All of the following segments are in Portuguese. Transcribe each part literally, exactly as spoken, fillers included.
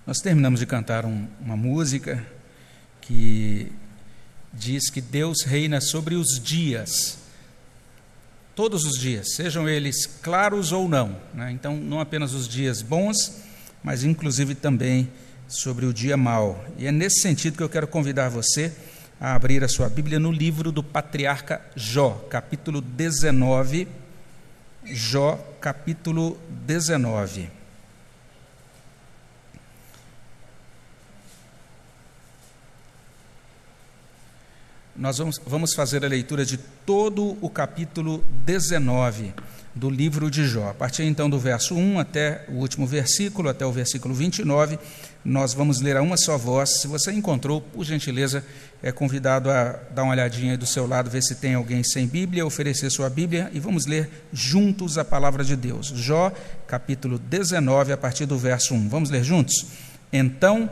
Nós terminamos de cantar um, uma música que diz que Deus reina sobre os dias, todos os dias, sejam eles claros ou não, né? Então, não apenas os dias bons, mas inclusive também sobre o dia mau. E é nesse sentido que eu quero convidar você a abrir a sua Bíblia no livro do patriarca Jó, capítulo dezenove. Jó, capítulo dezenove. Nós vamos, vamos fazer a leitura de todo o capítulo dezenove do livro de Jó. A partir então do verso um até o último versículo, até o versículo vinte e nove, nós vamos ler a uma só voz. Se você encontrou, por gentileza, é convidado a dar uma olhadinha aí do seu lado, ver se tem alguém sem Bíblia, oferecer sua Bíblia e vamos ler juntos a palavra de Deus. Jó, capítulo dezenove, a partir do verso um. Vamos ler juntos? Então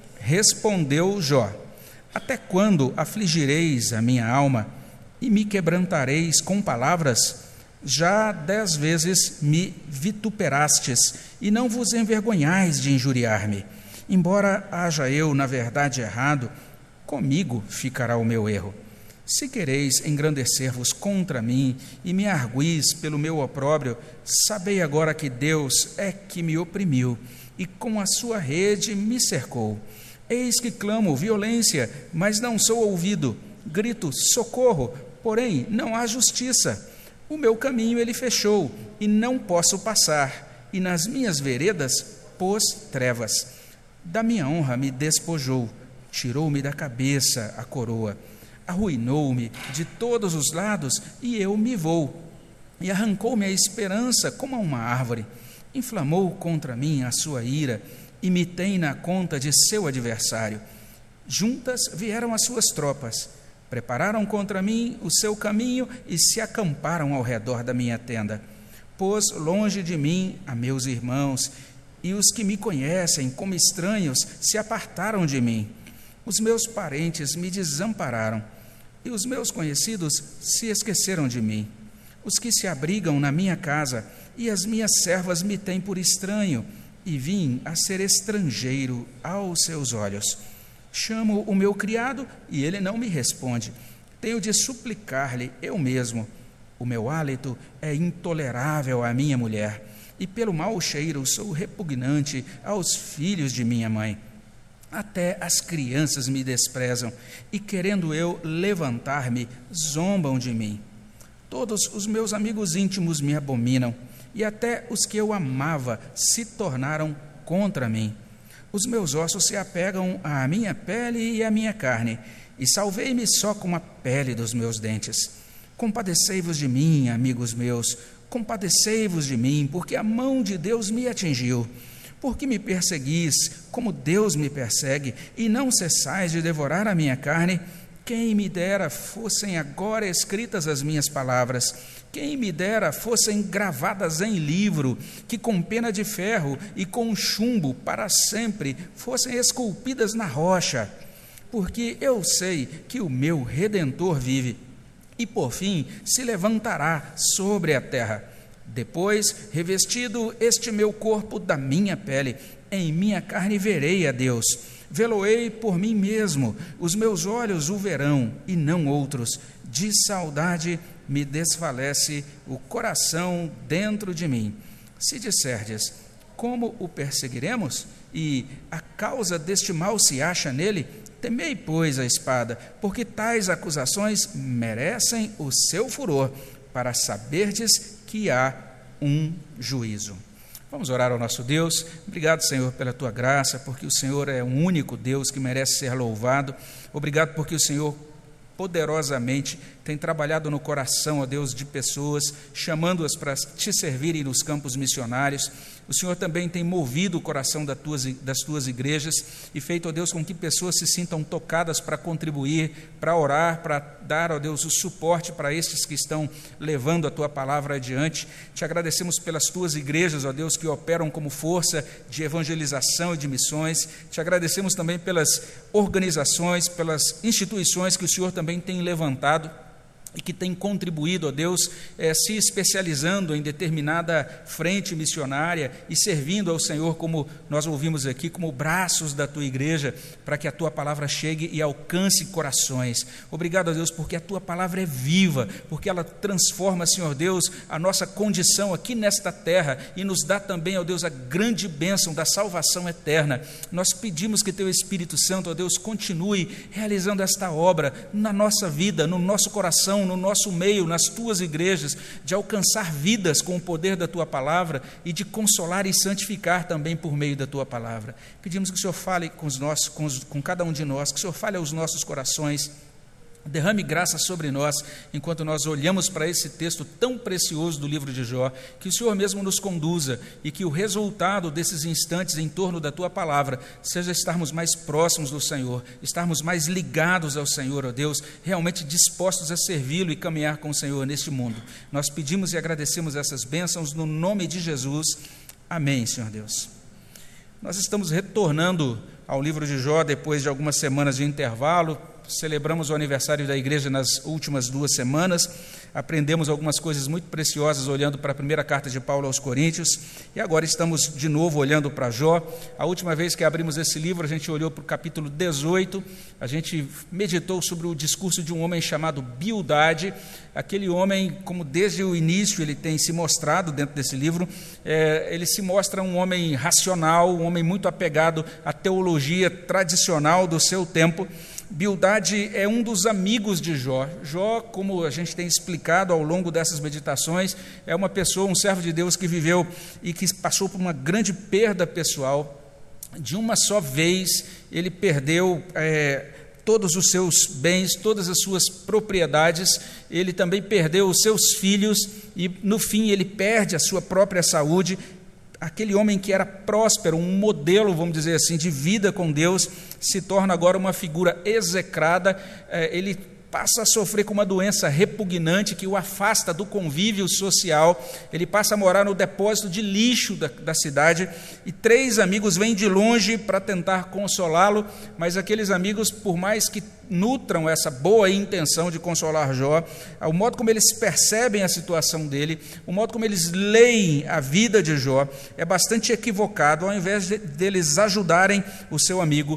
respondeu Jó: até quando afligireis a minha alma e me quebrantareis com palavras? Já dez vezes me vituperastes e não vos envergonhais de injuriar-me. Embora haja eu, na verdade, errado, comigo ficará o meu erro. Se quereis engrandecer-vos contra mim e me arguís pelo meu opróbrio, sabei agora que Deus é que me oprimiu e com a sua rede me cercou. Eis que clamo violência, mas não sou ouvido. Grito socorro, porém não há justiça. O meu caminho ele fechou, e não posso passar, e nas minhas veredas pôs trevas. Da minha honra me despojou, tirou-me da cabeça a coroa, arruinou-me de todos os lados, e eu me vou, e arrancou-me a esperança como a uma árvore, inflamou contra mim a sua ira, e me tem na conta de seu adversário. Juntas vieram as suas tropas, prepararam contra mim o seu caminho e se acamparam ao redor da minha tenda. Pôs longe de mim a meus irmãos, e os que me conhecem como estranhos se apartaram de mim. Os meus parentes me desampararam, e os meus conhecidos se esqueceram de mim. Os que se abrigam na minha casa, e as minhas servas me têm por estranho, e vim a ser estrangeiro aos seus olhos. Chamo o meu criado, e ele não me responde. Tenho de suplicar-lhe eu mesmo. O meu hálito é intolerável à minha mulher, e pelo mau cheiro sou repugnante aos filhos de minha mãe. Até as crianças me desprezam, e querendo eu levantar-me, zombam de mim. Todos os meus amigos íntimos me abominam, e até os que eu amava se tornaram contra mim. Os meus ossos se apegam à minha pele e à minha carne, e salvei-me só com a pele dos meus dentes. Compadecei-vos de mim, amigos meus, compadecei-vos de mim, porque a mão de Deus me atingiu. Porque me perseguis, como Deus me persegue, e não cessais de devorar a minha carne? Quem me dera fossem agora escritas as minhas palavras, quem me dera fossem gravadas em livro, que com pena de ferro e com chumbo para sempre fossem esculpidas na rocha. Porque eu sei que o meu Redentor vive, e por fim se levantará sobre a terra. Depois, revestido este meu corpo da minha pele, em minha carne verei a Deus. Vê-lo-ei por mim mesmo, os meus olhos o verão, e não outros. De saudade me desfalece o coração dentro de mim. Se disserdes, como o perseguiremos? E a causa deste mal se acha nele? Temei, pois, a espada, porque tais acusações merecem o seu furor, para saberdes que há um juízo. Vamos orar ao nosso Deus. Obrigado, Senhor, pela Tua graça, porque o Senhor é o único Deus que merece ser louvado. Obrigado porque o Senhor poderosamente tem trabalhado no coração, ó Deus, de pessoas, chamando-as para Te servirem nos campos missionários. O Senhor também tem movido o coração das tuas, das tuas igrejas e feito, ó Deus, com que pessoas se sintam tocadas para contribuir, para orar, para dar, ó Deus, o suporte para estes que estão levando a Tua palavra adiante. Te agradecemos pelas Tuas igrejas, ó Deus, que operam como força de evangelização e de missões. Te agradecemos também pelas organizações, pelas instituições que o Senhor também tem levantado e que tem contribuído, ó Deus, eh, se especializando em determinada frente missionária e servindo ao Senhor, como nós ouvimos aqui, como braços da tua igreja, para que a tua palavra chegue e alcance corações. Obrigado, ó Deus, porque a tua palavra é viva, porque ela transforma, Senhor Deus, a nossa condição aqui nesta terra e nos dá também, ó Deus, a grande bênção da salvação eterna. Nós pedimos que teu Espírito Santo, ó Deus, continue realizando esta obra na nossa vida, no nosso coração, no nosso meio, nas tuas igrejas, de alcançar vidas com o poder da tua palavra e de consolar e santificar também por meio da tua palavra. Pedimos que o Senhor fale com, os nossos, com, os, com cada um de nós, que o Senhor fale aos nossos corações, derrame graça sobre nós, enquanto nós olhamos para esse texto tão precioso do livro de Jó, que o Senhor mesmo nos conduza e que o resultado desses instantes em torno da Tua palavra seja estarmos mais próximos do Senhor, estarmos mais ligados ao Senhor, ó Deus, realmente dispostos a servi-lo e caminhar com o Senhor neste mundo. Nós pedimos e agradecemos essas bênçãos no nome de Jesus. Amém, Senhor Deus. Nós estamos retornando ao livro de Jó depois de algumas semanas de intervalo. Celebramos o aniversário da igreja nas últimas duas semanas, aprendemos algumas coisas muito preciosas olhando para a primeira carta de Paulo aos Coríntios, e agora estamos de novo olhando para Jó. A última vez que abrimos esse livro, a gente olhou para o capítulo dezoito, a gente meditou sobre o discurso de um homem chamado Bildade, aquele homem, como desde o início ele tem se mostrado dentro desse livro, é, ele se mostra um homem racional, um homem muito apegado à teologia tradicional do seu tempo. Bildade é um dos amigos de Jó. Jó, como a gente tem explicado ao longo dessas meditações, é uma pessoa, um servo de Deus que viveu e que passou por uma grande perda pessoal. De uma só vez, ele perdeu é, todos os seus bens, todas as suas propriedades, ele também perdeu os seus filhos e, no fim, ele perde a sua própria saúde. Aquele homem que era próspero, um modelo, vamos dizer assim, de vida com Deus, se torna agora uma figura execrada. Ele passa a sofrer com uma doença repugnante que o afasta do convívio social. Ele passa a morar no depósito de lixo da, da cidade, e três amigos vêm de longe para tentar consolá-lo, mas aqueles amigos, por mais que nutram essa boa intenção de consolar Jó, o modo como eles percebem a situação dele, o modo como eles leem a vida de Jó, é bastante equivocado. Ao invés de, deles ajudarem o seu amigo,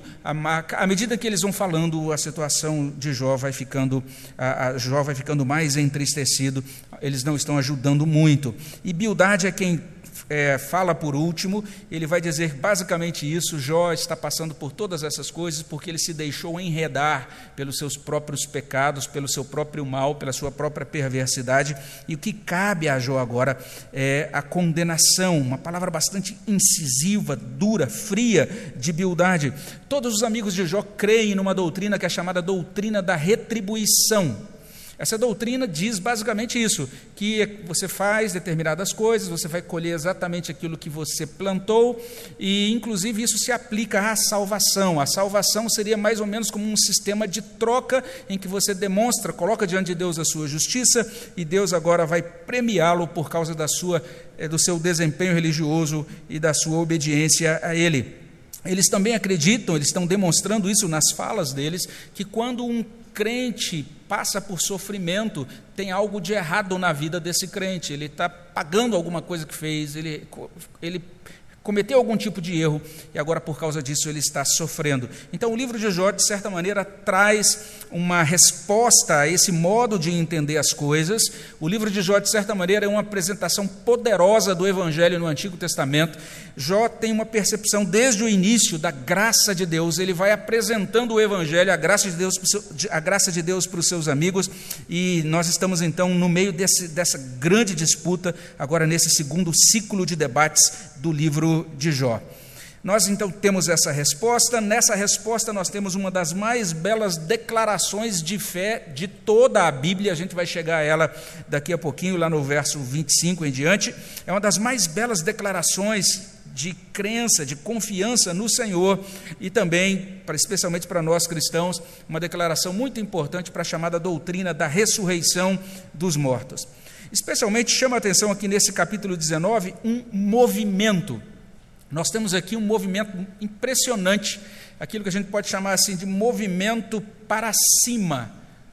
à medida que eles vão falando, a situação de Jó vai ficando, a, a Jó vai ficando mais entristecido, eles não estão ajudando muito. E Bildade é quem É, fala por último. Ele vai dizer basicamente isso: Jó está passando por todas essas coisas porque ele se deixou enredar pelos seus próprios pecados, pelo seu próprio mal, pela sua própria perversidade, e o que cabe a Jó agora é a condenação, uma palavra bastante incisiva, dura, fria de Bildade. Todos os amigos de Jó creem numa doutrina que é chamada doutrina da retribuição. Essa doutrina diz basicamente isso, que você faz determinadas coisas, você vai colher exatamente aquilo que você plantou, e inclusive isso se aplica à salvação. A salvação seria mais ou menos como um sistema de troca, em que você demonstra, coloca diante de Deus a sua justiça, e Deus agora vai premiá-lo por causa da sua, do seu desempenho religioso e da sua obediência a Ele. Eles também acreditam, eles estão demonstrando isso nas falas deles, que quando um crente passa por sofrimento, tem algo de errado na vida desse crente, ele está pagando alguma coisa que fez, ele, ele cometeu algum tipo de erro, e agora por causa disso ele está sofrendo. Então o livro de Jó, de certa maneira, traz uma resposta a esse modo de entender as coisas. O livro de Jó, de certa maneira, é uma apresentação poderosa do Evangelho no Antigo Testamento. Jó tem uma percepção desde o início da graça de Deus, ele vai apresentando o Evangelho, a graça de Deus, a graça de Deus para os seus amigos, e nós estamos então no meio desse, dessa grande disputa, agora nesse segundo ciclo de debates do livro de Jó. Nós então temos essa resposta. Nessa resposta nós temos uma das mais belas declarações de fé de toda a Bíblia. A gente vai chegar a ela daqui a pouquinho, lá no verso vinte e cinco em diante. É uma das mais belas declarações de crença, de confiança no Senhor, e também, especialmente para nós cristãos, uma declaração muito importante para a chamada doutrina da ressurreição dos mortos. Especialmente chama a atenção aqui nesse capítulo dezenove um movimento. Nós temos aqui um movimento impressionante, aquilo que a gente pode chamar assim de movimento para cima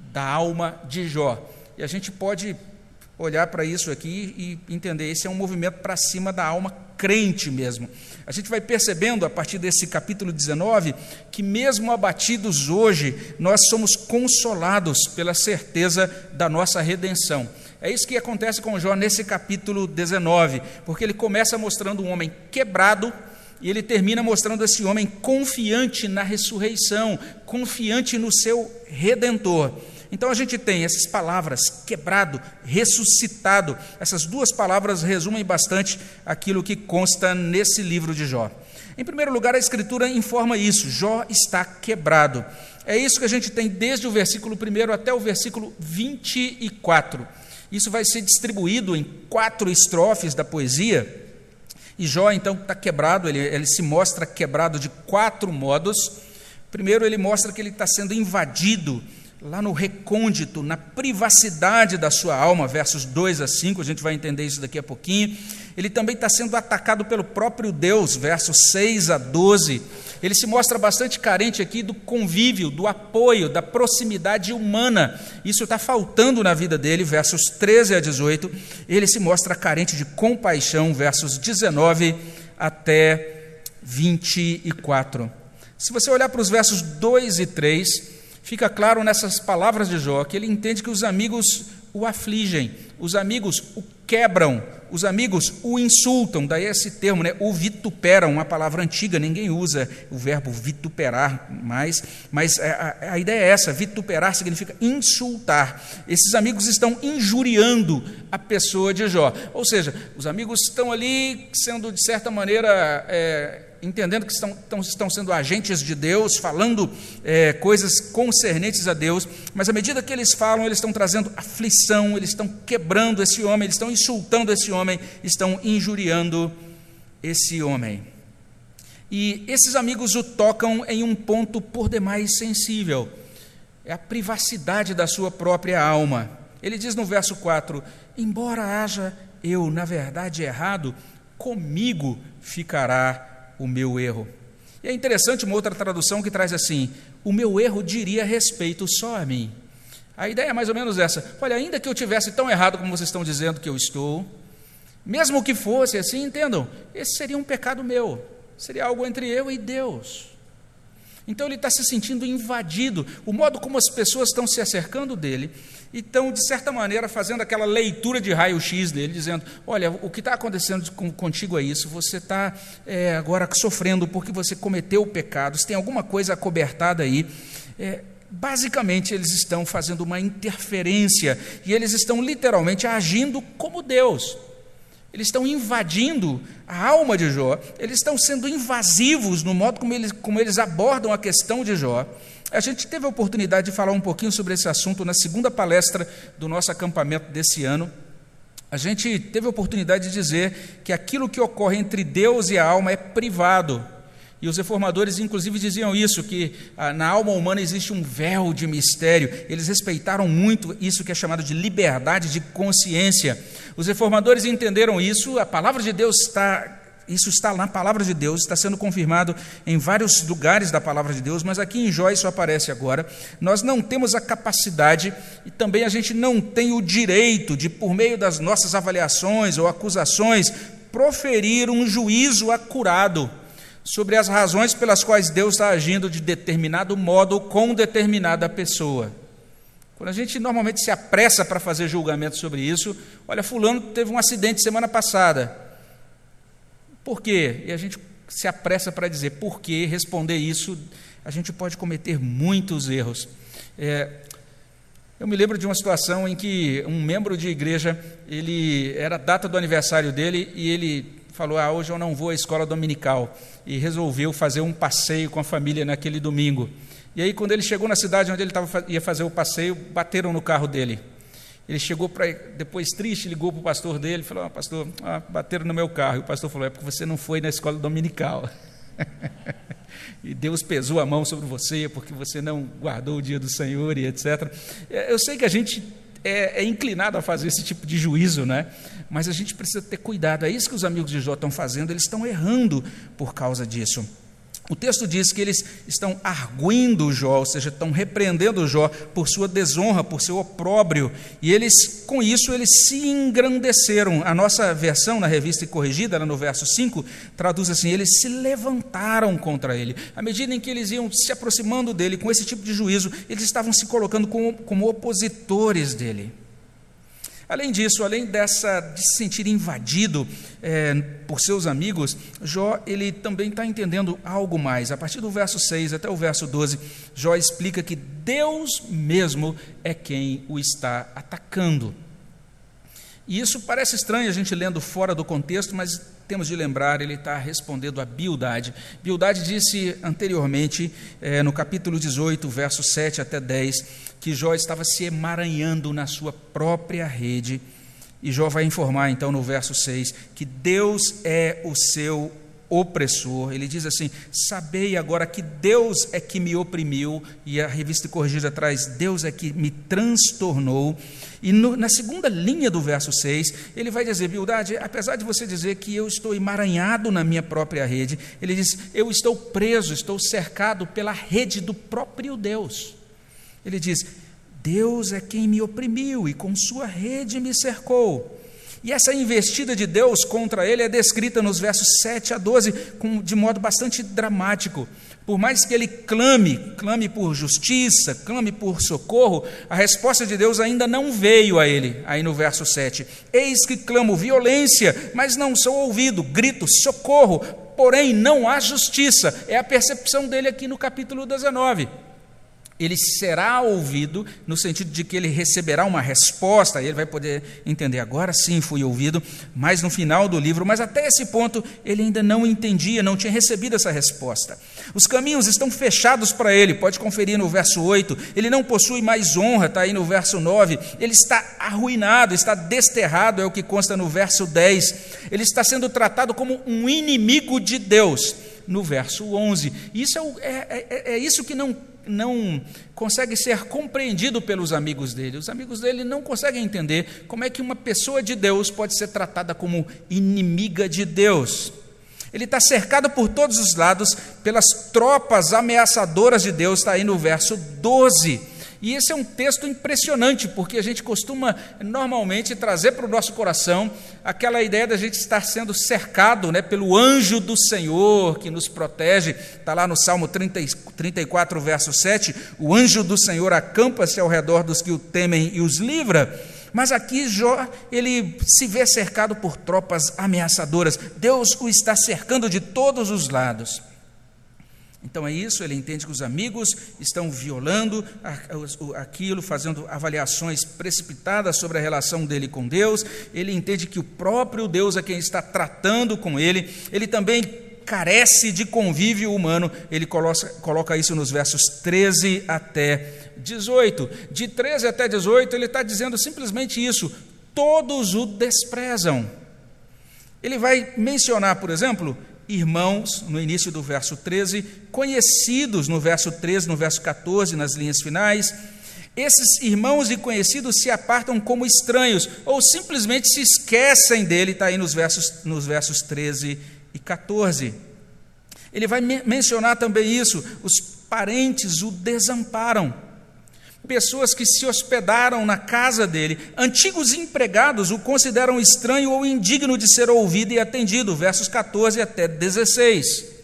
da alma de Jó. E a gente pode olhar para isso aqui e entender, esse é um movimento para cima da alma crente mesmo. A gente vai percebendo, a partir desse capítulo dezenove, que mesmo abatidos hoje, nós somos consolados pela certeza da nossa redenção. É isso que acontece com Jó nesse capítulo dezenove, porque ele começa mostrando um homem quebrado, e ele termina mostrando esse homem confiante na ressurreição, confiante no seu Redentor. Então a gente tem essas palavras, quebrado, ressuscitado. Essas duas palavras resumem bastante aquilo que consta nesse livro de Jó. Em primeiro lugar, a Escritura informa isso: Jó está quebrado. É isso que a gente tem desde o versículo primeiro até o versículo vinte e quatro. Isso vai ser distribuído em quatro estrofes da poesia. E Jó, então, está quebrado, ele, ele se mostra quebrado de quatro modos. Primeiro, ele mostra que ele está sendo invadido lá no recôndito, na privacidade da sua alma, versos dois a cinco, a gente vai entender isso daqui a pouquinho. Ele também está sendo atacado pelo próprio Deus, versos seis a doze. Ele se mostra bastante carente aqui do convívio, do apoio, da proximidade humana. Isso está faltando na vida dele, versos treze a dezoito. Ele se mostra carente de compaixão, versos dezenove até vinte e quatro. Se você olhar para os versos dois e três, fica claro nessas palavras de Jó que ele entende que os amigos o afligem, os amigos o quebram, os amigos o insultam. Daí esse termo, né, o vituperam, uma palavra antiga, ninguém usa o verbo vituperar mais, mas a, a ideia é essa: vituperar significa insultar. Esses amigos estão injuriando a pessoa de Jó, ou seja, os amigos estão ali sendo, de certa maneira, é, entendendo que estão, estão, estão sendo agentes de Deus, falando é, coisas concernentes a Deus, mas à medida que eles falam, eles estão trazendo aflição, eles estão quebrando esse homem, eles estão insultando esse homem, estão injuriando esse homem. E esses amigos o tocam em um ponto por demais sensível, é a privacidade da sua própria alma. Ele diz no verso quatro: embora haja eu, na verdade, errado, comigo ficará o meu erro. E é interessante uma outra tradução que traz assim: o meu erro diria respeito só a mim. A ideia é mais ou menos essa: olha, ainda que eu tivesse tão errado como vocês estão dizendo que eu estou, mesmo que fosse assim, entendam, esse seria um pecado meu, seria algo entre eu e Deus. Então ele está se sentindo invadido, o modo como as pessoas estão se acercando dele, e estão, de certa maneira, fazendo aquela leitura de raio-x dele, dizendo: olha, o que está acontecendo contigo é isso, você está é, agora sofrendo porque você cometeu pecados, tem alguma coisa acobertada aí. É, basicamente, eles estão fazendo uma interferência, e eles estão literalmente agindo como Deus. Eles estão invadindo a alma de Jó, eles estão sendo invasivos no modo como eles, como eles abordam a questão de Jó. A gente teve a oportunidade de falar um pouquinho sobre esse assunto na segunda palestra do nosso acampamento desse ano. A gente teve a oportunidade de dizer que aquilo que ocorre entre Deus e a alma é privado. E os reformadores, inclusive, diziam isso, que ah, na alma humana existe um véu de mistério. Eles respeitaram muito isso que é chamado de liberdade de consciência. Os reformadores entenderam isso, a palavra de Deus está... Isso está na palavra de Deus, está sendo confirmado em vários lugares da palavra de Deus, mas aqui em Jó isso aparece agora. Nós não temos a capacidade e também a gente não tem o direito de, por meio das nossas avaliações ou acusações, proferir um juízo acurado sobre as razões pelas quais Deus está agindo de determinado modo com determinada pessoa. Quando a gente normalmente se apressa para fazer julgamento sobre isso, olha, fulano teve um acidente semana passada. Por quê? E a gente se apressa para dizer por quê, responder isso, a gente pode cometer muitos erros. É, eu me lembro de uma situação em que um membro de igreja, ele era a data do aniversário dele, e ele falou: ah, hoje eu não vou à escola dominical, e resolveu fazer um passeio com a família naquele domingo. E aí, quando ele chegou na cidade onde ele tava, ia fazer o passeio, bateram no carro dele. Ele chegou, para depois triste, ligou para o pastor dele, falou: ah, pastor, ah, bateram no meu carro. E o pastor falou: é porque você não foi na escola dominical. E Deus pesou a mão sobre você, porque você não guardou o dia do Senhor, e etcétera. Eu sei que a gente é, é inclinado a fazer esse tipo de juízo, né? Mas a gente precisa ter cuidado. É isso que os amigos de Jó estão fazendo, eles estão errando por causa disso. O texto diz que eles estão arguindo Jó, ou seja, estão repreendendo Jó por sua desonra, por seu opróbrio, e eles, com isso, eles se engrandeceram. A nossa versão, na Revista e Corrigida, no verso cinco, traduz assim: eles se levantaram contra ele. À medida em que eles iam se aproximando dele com esse tipo de juízo, eles estavam se colocando como, como opositores dele. Além disso, além dessa, de se sentir invadido é, por seus amigos, Jó ele também está entendendo algo mais. A partir do verso seis até o verso doze, Jó explica que Deus mesmo é quem o está atacando. E isso parece estranho a gente lendo fora do contexto, mas temos de lembrar, ele está respondendo a Bildade. Bildade disse anteriormente, é, no capítulo dezoito, verso sete até dez, que Jó estava se emaranhando na sua própria rede, e Jó vai informar então no verso seis, que Deus é o seu opressor. Ele diz assim: sabei agora que Deus é que me oprimiu, e a Revista Corrigida traz: Deus é que me transtornou. E no, na segunda linha do verso seis, ele vai dizer: Bildade, apesar de você dizer que eu estou emaranhado na minha própria rede, ele diz: eu estou preso, estou cercado pela rede do próprio Deus. Ele diz: Deus é quem me oprimiu e com sua rede me cercou. E essa investida de Deus contra ele é descrita nos versos sete a doze com, de modo bastante dramático. Por mais que ele clame, clame por justiça, clame por socorro, a resposta de Deus ainda não veio a ele. Aí no verso sete, eis que clamo violência, mas não sou ouvido, grito socorro, porém não há justiça. É a percepção dele aqui no capítulo dezenove. Ele será ouvido, no sentido de que ele receberá uma resposta, aí ele vai poder entender: agora sim fui ouvido, mas no final do livro, mas até esse ponto ele ainda não entendia, não tinha recebido essa resposta. Os caminhos estão fechados para ele, pode conferir no verso oito, ele não possui mais honra, está aí no verso nove, ele está arruinado, está desterrado, é o que consta no verso dez, ele está sendo tratado como um inimigo de Deus, no verso onze. Isso é, é, é, é isso que não não consegue ser compreendido pelos amigos dele. Os amigos dele não conseguem entender como é que uma pessoa de Deus pode ser tratada como inimiga de Deus. Ele está cercado por todos os lados pelas tropas ameaçadoras de Deus, está aí no verso doze. E esse é um texto impressionante, porque a gente costuma normalmente trazer para o nosso coração aquela ideia da gente estar sendo cercado, né, pelo anjo do Senhor que nos protege. Está lá no Salmo trinta, trinta e quatro, verso sete, o anjo do Senhor acampa-se ao redor dos que o temem e os livra. Mas aqui Jó, ele se vê cercado por tropas ameaçadoras. Deus o está cercando de todos os lados. Então é isso, ele entende que os amigos estão violando aquilo, fazendo avaliações precipitadas sobre a relação dele com Deus. Ele entende que o próprio Deus é quem está tratando com ele. Ele também carece de convívio humano. Ele coloca, coloca isso nos versos treze até dezoito. De treze até dezoito, ele está dizendo simplesmente isso: todos o desprezam. Ele vai mencionar, por exemplo, irmãos, no início do verso treze, conhecidos no verso treze, no verso catorze, nas linhas finais. Esses irmãos e conhecidos se apartam como estranhos, ou simplesmente se esquecem dele, está aí nos versos, nos versos treze e catorze. Ele vai me- mencionar também isso: os parentes o desamparam. Pessoas que se hospedaram na casa dele, antigos empregados, o consideram estranho ou indigno de ser ouvido e atendido, versos catorze até dezesseis.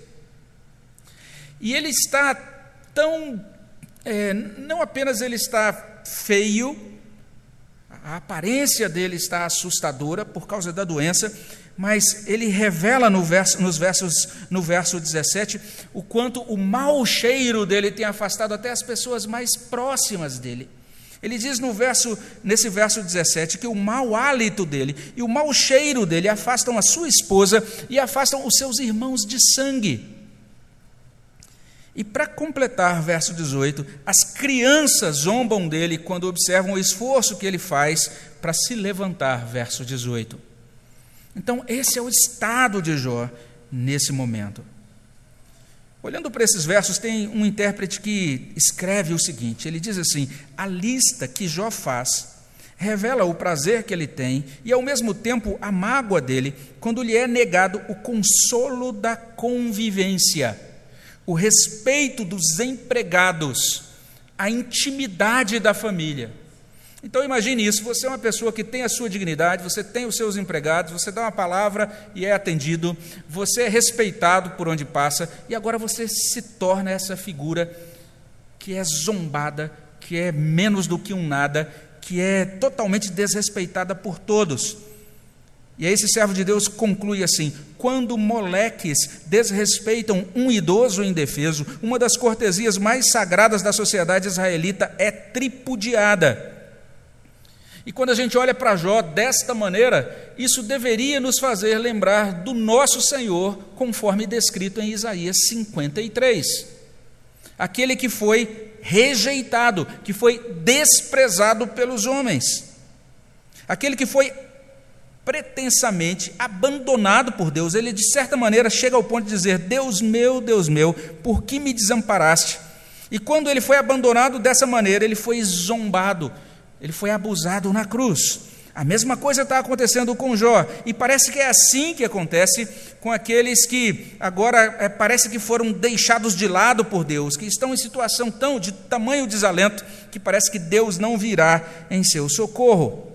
E ele está tão, é, não apenas ele está feio, a aparência dele está assustadora por causa da doença, mas ele revela no verso, nos versos, no verso dezessete o quanto o mau cheiro dele tem afastado até as pessoas mais próximas dele. Ele diz no verso, nesse verso dezessete que o mau hálito dele e o mau cheiro dele afastam a sua esposa e afastam os seus irmãos de sangue. E para completar, verso dezoito, as crianças zombam dele quando observam o esforço que ele faz para se levantar, verso dezoito. Então, esse é o estado de Jó nesse momento. Olhando para esses versos, tem um intérprete que escreve o seguinte, ele diz assim: a lista que Jó faz revela o prazer que ele tem e, ao mesmo tempo, a mágoa dele quando lhe é negado o consolo da convivência. o respeito dos empregados, a intimidade da família. Então imagine isso, você é uma pessoa que tem a sua dignidade, você tem os seus empregados, você dá uma palavra e é atendido, você é respeitado por onde passa, e agora você se torna essa figura que é zombada, que é menos do que um nada, que é totalmente desrespeitada por todos. E aí esse servo de Deus conclui assim: quando moleques desrespeitam um idoso indefeso, uma das cortesias mais sagradas da sociedade israelita é tripudiada. E quando a gente olha para Jó desta maneira, isso deveria nos fazer lembrar do nosso Senhor, conforme descrito em Isaías cinquenta e três. Aquele que foi rejeitado, que foi desprezado pelos homens. Aquele que foi pretensamente abandonado por Deus. Ele, de certa maneira, chega ao ponto de dizer: Deus meu, Deus meu, por que me desamparaste? E quando ele foi abandonado dessa maneira, ele foi zombado, ele foi abusado na cruz. A mesma coisa está acontecendo com Jó, e parece que é assim que acontece com aqueles que agora é, parece que foram deixados de lado por Deus, que estão em situação tão de tamanho desalento, que parece que Deus não virá em seu socorro.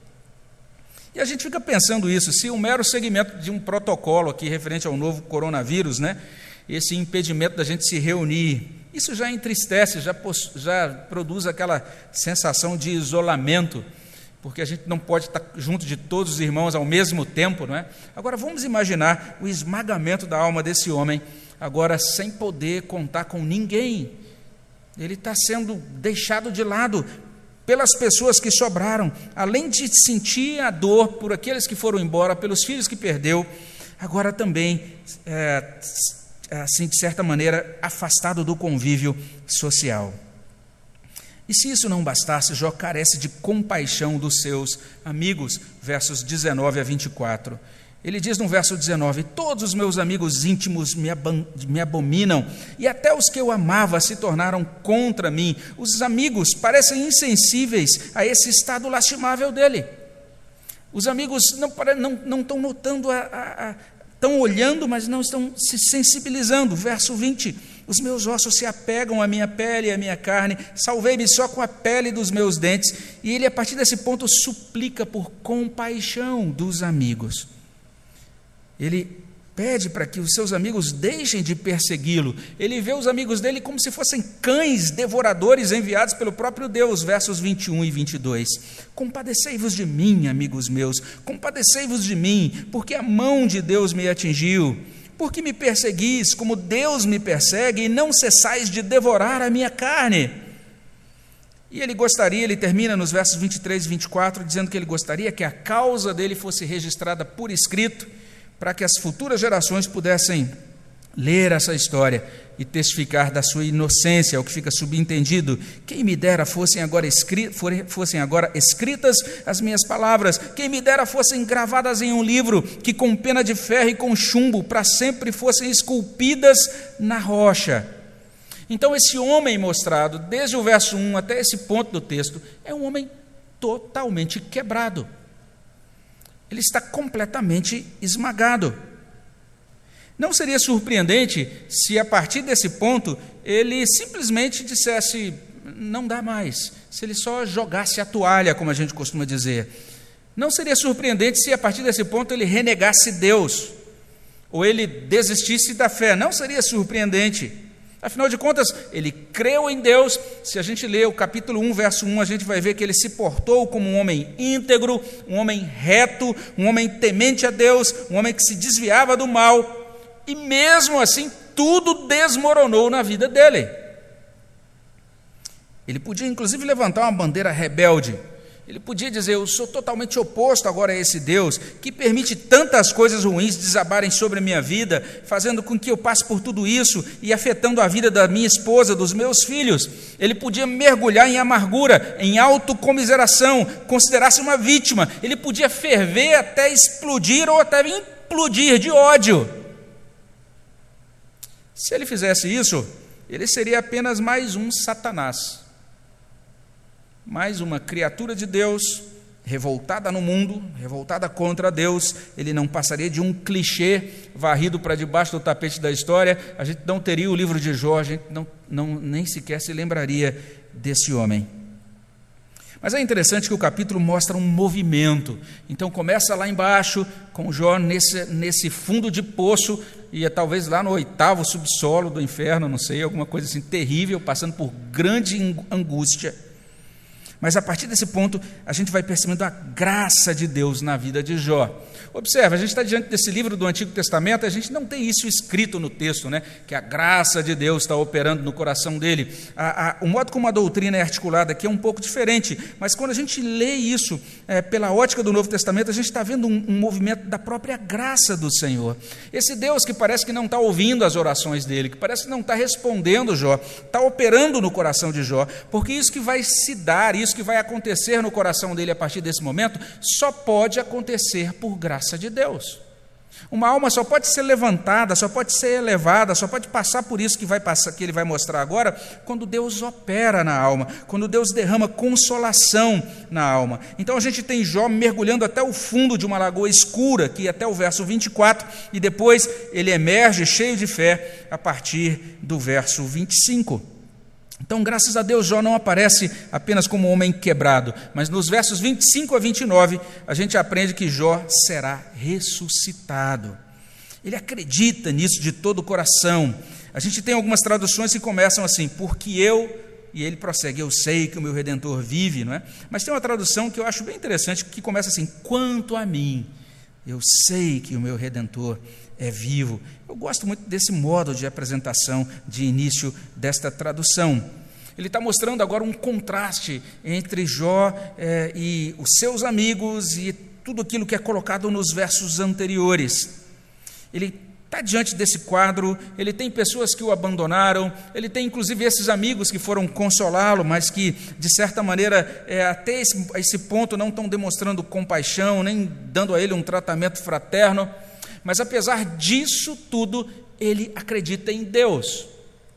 E a gente fica pensando isso, se o mero seguimento de um protocolo aqui referente ao novo coronavírus, né, esse impedimento da gente se reunir, isso já entristece, já, já produz aquela sensação de isolamento, porque a gente não pode estar junto de todos os irmãos ao mesmo tempo, não é? Agora vamos imaginar o esmagamento da alma desse homem, agora sem poder contar com ninguém. Ele está sendo deixado de lado pelas pessoas que sobraram, além de sentir a dor por aqueles que foram embora, pelos filhos que perdeu, agora também, é, assim, de certa maneira, afastado do convívio social. E se isso não bastasse, Jó carece de compaixão dos seus amigos, versos dezenove a vinte e quatro. Ele diz no verso dezenove: todos os meus amigos íntimos me, me abominam, e até os que eu amava se tornaram contra mim. Os amigos parecem insensíveis a esse estado lastimável dele. Os amigos não, não, não estão notando, a, a, a, estão olhando, mas não estão se sensibilizando. Verso vinte: os meus ossos se apegam à minha pele e à minha carne, salvei-me só com a pele dos meus dentes. E ele, a partir desse ponto, suplica por compaixão dos amigos. Ele pede para que os seus amigos deixem de persegui-lo. Ele vê os amigos dele como se fossem cães devoradores enviados pelo próprio Deus, versos vinte e um e vinte e dois. Compadecei-vos de mim, amigos meus, compadecei-vos de mim, porque a mão de Deus me atingiu. Porque me perseguis como Deus me persegue, e não cessais de devorar a minha carne. E ele gostaria, ele termina nos versos vinte e três e vinte e quatro, dizendo que ele gostaria que a causa dele fosse registrada por escrito, para que as futuras gerações pudessem ler essa história e testificar da sua inocência, o que fica subentendido. Quem me dera fossem agora, escri- fossem agora escritas as minhas palavras, quem me dera fossem gravadas em um livro, que com pena de ferro e com chumbo para sempre fossem esculpidas na rocha. Então esse homem mostrado, desde o verso um até esse ponto do texto, é um homem totalmente quebrado. Ele está completamente esmagado. Não seria surpreendente se, a partir desse ponto, ele simplesmente dissesse: não dá mais, se ele só jogasse a toalha, como a gente costuma dizer. Não seria surpreendente se, a partir desse ponto, ele renegasse Deus, ou ele desistisse da fé. Não seria surpreendente. Afinal de contas, ele creu em Deus. Se a gente ler o capítulo um, verso um, a gente vai ver que ele se portou como um homem íntegro, um homem reto, um homem temente a Deus, um homem que se desviava do mal, e mesmo assim tudo desmoronou na vida dele. Ele podia inclusive levantar uma bandeira rebelde. Ele podia dizer: eu sou totalmente oposto agora a esse Deus, que permite tantas coisas ruins desabarem sobre a minha vida, fazendo com que eu passe por tudo isso e afetando a vida da minha esposa, dos meus filhos. Ele podia mergulhar em amargura, em autocomiseração, considerar-se uma vítima. Ele podia ferver até explodir ou até implodir de ódio. Se ele fizesse isso, ele seria apenas mais um Satanás, mais uma criatura de Deus revoltada no mundo, revoltada contra Deus, ele não passaria de um clichê varrido para debaixo do tapete da história, a gente não teria o livro de Jó, a gente não, não, nem sequer se lembraria desse homem. Mas é interessante que o capítulo mostra um movimento. Então começa lá embaixo, com Jó nesse, nesse fundo de poço, e é talvez lá no oitavo subsolo do inferno, não sei, alguma coisa assim terrível, passando por grande angústia. Mas a partir desse ponto, a gente vai percebendo a graça de Deus na vida de Jó. Observe, a gente está diante desse livro do Antigo Testamento, a gente não tem isso escrito no texto, né? Que a graça de Deus está operando no coração dele. A, a, o modo como a doutrina é articulada aqui é um pouco diferente, mas quando a gente lê isso é, pela ótica do Novo Testamento, a gente está vendo um, um movimento da própria graça do Senhor. Esse Deus que parece que não está ouvindo as orações dele, que parece que não está respondendo Jó, está operando no coração de Jó, porque isso que vai se dar, isso que vai acontecer no coração dele a partir desse momento, só pode acontecer por graça de Deus. Uma alma só pode ser levantada, só pode ser elevada, só pode passar por isso que, vai passar, que ele vai mostrar agora, quando Deus opera na alma, quando Deus derrama consolação na alma. Então a gente tem Jó mergulhando até o fundo de uma lagoa escura, que até o verso vinte e quatro, e depois ele emerge cheio de fé a partir do verso vinte e cinco. Então, graças a Deus, Jó não aparece apenas como um homem quebrado, mas nos versos vinte e cinco a vinte e nove, a gente aprende que Jó será ressuscitado. Ele acredita nisso de todo o coração. A gente tem algumas traduções que começam assim, porque eu, e ele prossegue, eu sei que o meu Redentor vive, não é? Mas tem uma tradução que eu acho bem interessante, que começa assim, quanto a mim, eu sei que o meu Redentor é vivo. Eu gosto muito desse modo de apresentação, de início desta tradução. Ele está mostrando agora um contraste entre Jó eh, e os seus amigos e tudo aquilo que é colocado nos versos anteriores. Ele está diante desse quadro, ele tem pessoas que o abandonaram, ele tem inclusive esses amigos que foram consolá-lo, mas que, de certa maneira, é, até esse, esse ponto não estão demonstrando compaixão, nem dando a ele um tratamento fraterno. Mas apesar disso tudo, ele acredita em Deus.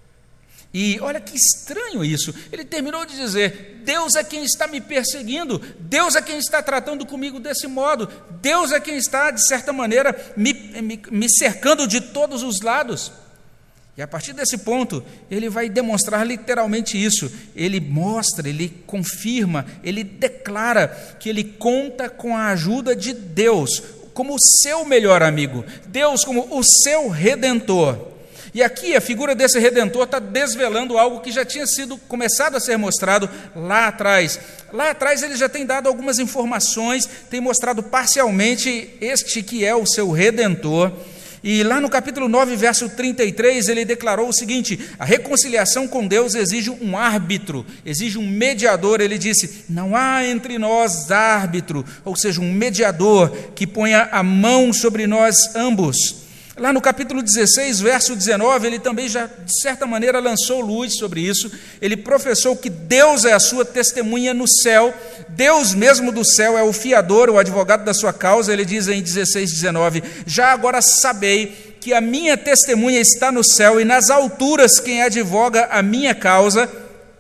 E olha que estranho isso, ele terminou de dizer, Deus é quem está me perseguindo, Deus é quem está tratando comigo desse modo, Deus é quem está, de certa maneira, me, me, me cercando de todos os lados. E a partir desse ponto, ele vai demonstrar literalmente isso, ele mostra, ele confirma, ele declara que ele conta com a ajuda de Deus, como o seu melhor amigo, Deus como o seu Redentor. E aqui a figura desse Redentor está desvelando algo que já tinha sido começado a ser mostrado lá atrás. Lá atrás ele já tem dado algumas informações, tem mostrado parcialmente este que é o seu Redentor. E lá no capítulo nove, verso trinta e três, ele declarou o seguinte, a reconciliação com Deus exige um árbitro, exige um mediador. Ele disse, não há entre nós árbitro, ou seja, um mediador que ponha a mão sobre nós ambos. Lá no capítulo dezesseis, verso dezenove, ele também já, de certa maneira, lançou luz sobre isso. Ele professou que Deus é a sua testemunha no céu, Deus mesmo do céu é o fiador, o advogado da sua causa. Ele diz em dezesseis, dezenove, já agora sabei que a minha testemunha está no céu e nas alturas quem advoga a minha causa.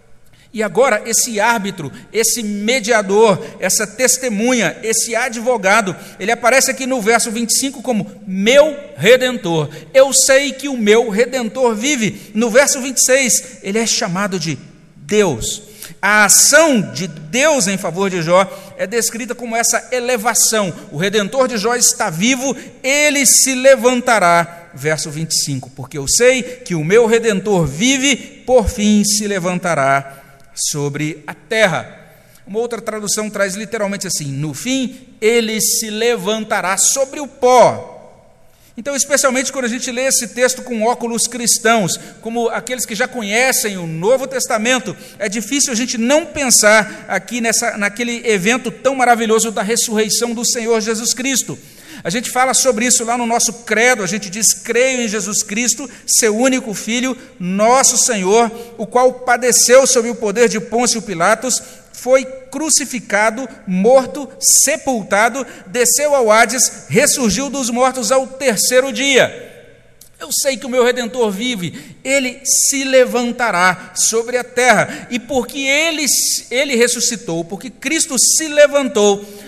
E agora esse árbitro, esse mediador, essa testemunha, esse advogado, ele aparece aqui no verso vinte e cinco como meu Redentor. Eu sei que o meu Redentor vive. No verso vinte e seis, ele é chamado de Deus. A ação de Deus em favor de Jó é descrita como essa elevação. O Redentor de Jó está vivo, ele se levantará. Verso vinte e cinco, porque eu sei que o meu Redentor vive, por fim se levantará sobre a terra. Uma outra tradução traz literalmente assim, no fim ele se levantará sobre o pó. Então, especialmente quando a gente lê esse texto com óculos cristãos, como aqueles que já conhecem o Novo Testamento, é difícil a gente não pensar aqui nessa, naquele evento tão maravilhoso da ressurreição do Senhor Jesus Cristo. A gente fala sobre isso lá no nosso credo, a gente diz, creio em Jesus Cristo, seu único Filho, nosso Senhor, o qual padeceu sob o poder de Pôncio Pilatos, foi crucificado, morto, sepultado, desceu ao Hades, ressurgiu dos mortos ao terceiro dia. Eu sei que o meu Redentor vive, ele se levantará sobre a terra, e porque ele, ele ressuscitou, porque Cristo se levantou,